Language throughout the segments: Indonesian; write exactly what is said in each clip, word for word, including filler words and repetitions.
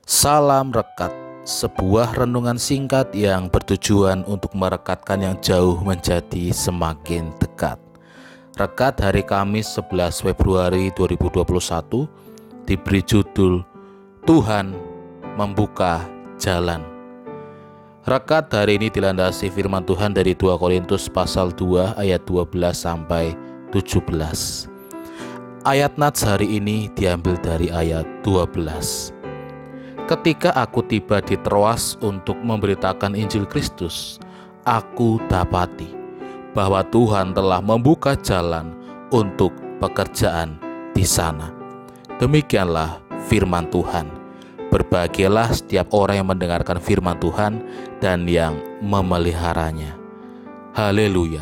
Salam Rekat, sebuah renungan singkat yang bertujuan untuk merekatkan yang jauh menjadi semakin dekat. Rekat hari Kamis sebelas Februari dua ribu dua puluh satu diberi judul Tuhan Membuka Jalan. Rekat hari ini dilandasi firman Tuhan dari dua Korintus pasal dua ayat dua belas sampai tujuh belas. Ayat nats hari ini diambil dari ayat dua belas. Ketika aku tiba di Troas untuk memberitakan Injil Kristus, aku dapati bahwa Tuhan telah membuka jalan untuk pekerjaan di sana. Demikianlah firman Tuhan. Berbahagialah setiap orang yang mendengarkan firman Tuhan dan yang memeliharanya. Haleluya.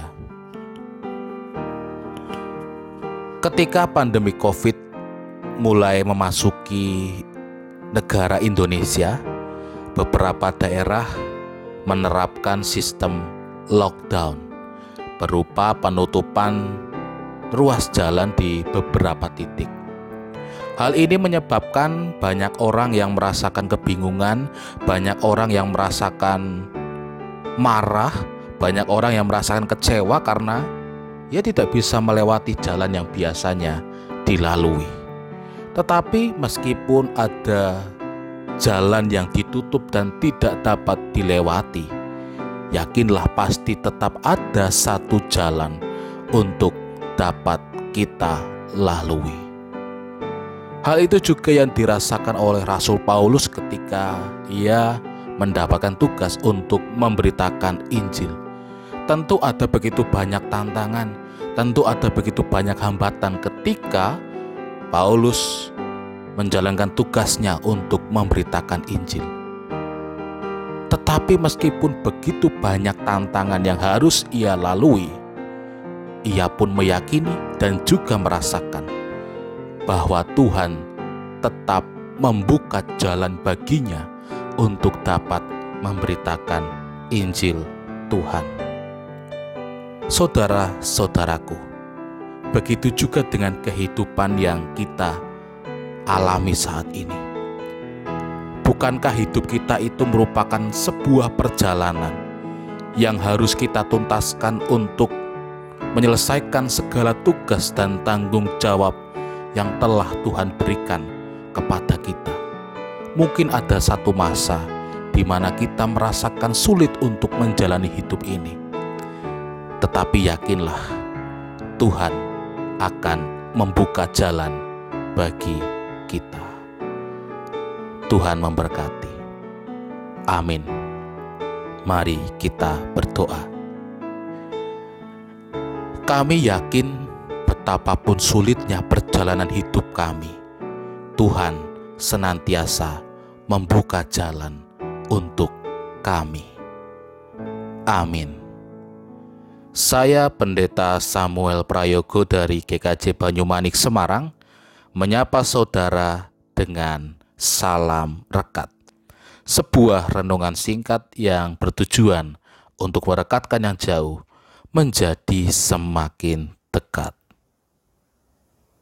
Ketika pandemi COVID mulai memasuki negara Indonesia, beberapa daerah menerapkan sistem lockdown berupa penutupan ruas jalan di beberapa titik. Hal ini menyebabkan banyak orang yang merasakan kebingungan, banyak orang yang merasakan marah, banyak orang yang merasakan kecewa karena ia tidak bisa melewati jalan yang biasanya dilalui. Tetapi meskipun ada jalan yang ditutup dan tidak dapat dilewati, yakinlah pasti tetap ada satu jalan untuk dapat kita lalui. Hal itu juga yang dirasakan oleh Rasul Paulus ketika ia mendapatkan tugas untuk memberitakan Injil. Tentu ada begitu banyak tantangan, tentu ada begitu banyak hambatan ketika Paulus menjalankan tugasnya untuk memberitakan Injil. Tetapi meskipun begitu banyak tantangan yang harus ia lalui, ia pun meyakini dan juga merasakan bahwa Tuhan tetap membuka jalan baginya untuk dapat memberitakan Injil Tuhan. Saudara-saudaraku, begitu juga dengan kehidupan yang kita alami saat ini. Bukankah hidup kita itu merupakan sebuah perjalanan yang harus kita tuntaskan untuk menyelesaikan segala tugas dan tanggung jawab yang telah Tuhan berikan kepada kita. Mungkin ada satu masa di mana kita merasakan sulit untuk menjalani hidup ini. Tetapi yakinlah, Tuhan akan membuka jalan bagi kita. Tuhan memberkati. Amin. Mari kita berdoa. Kami yakin betapapun sulitnya perjalanan hidup kami, Tuhan senantiasa membuka jalan untuk kami. Amin. Saya Pendeta Samuel Prayogo dari G K J Banyumanik Semarang menyapa saudara dengan salam rekat. Sebuah renungan singkat yang bertujuan untuk merekatkan yang jauh menjadi semakin dekat.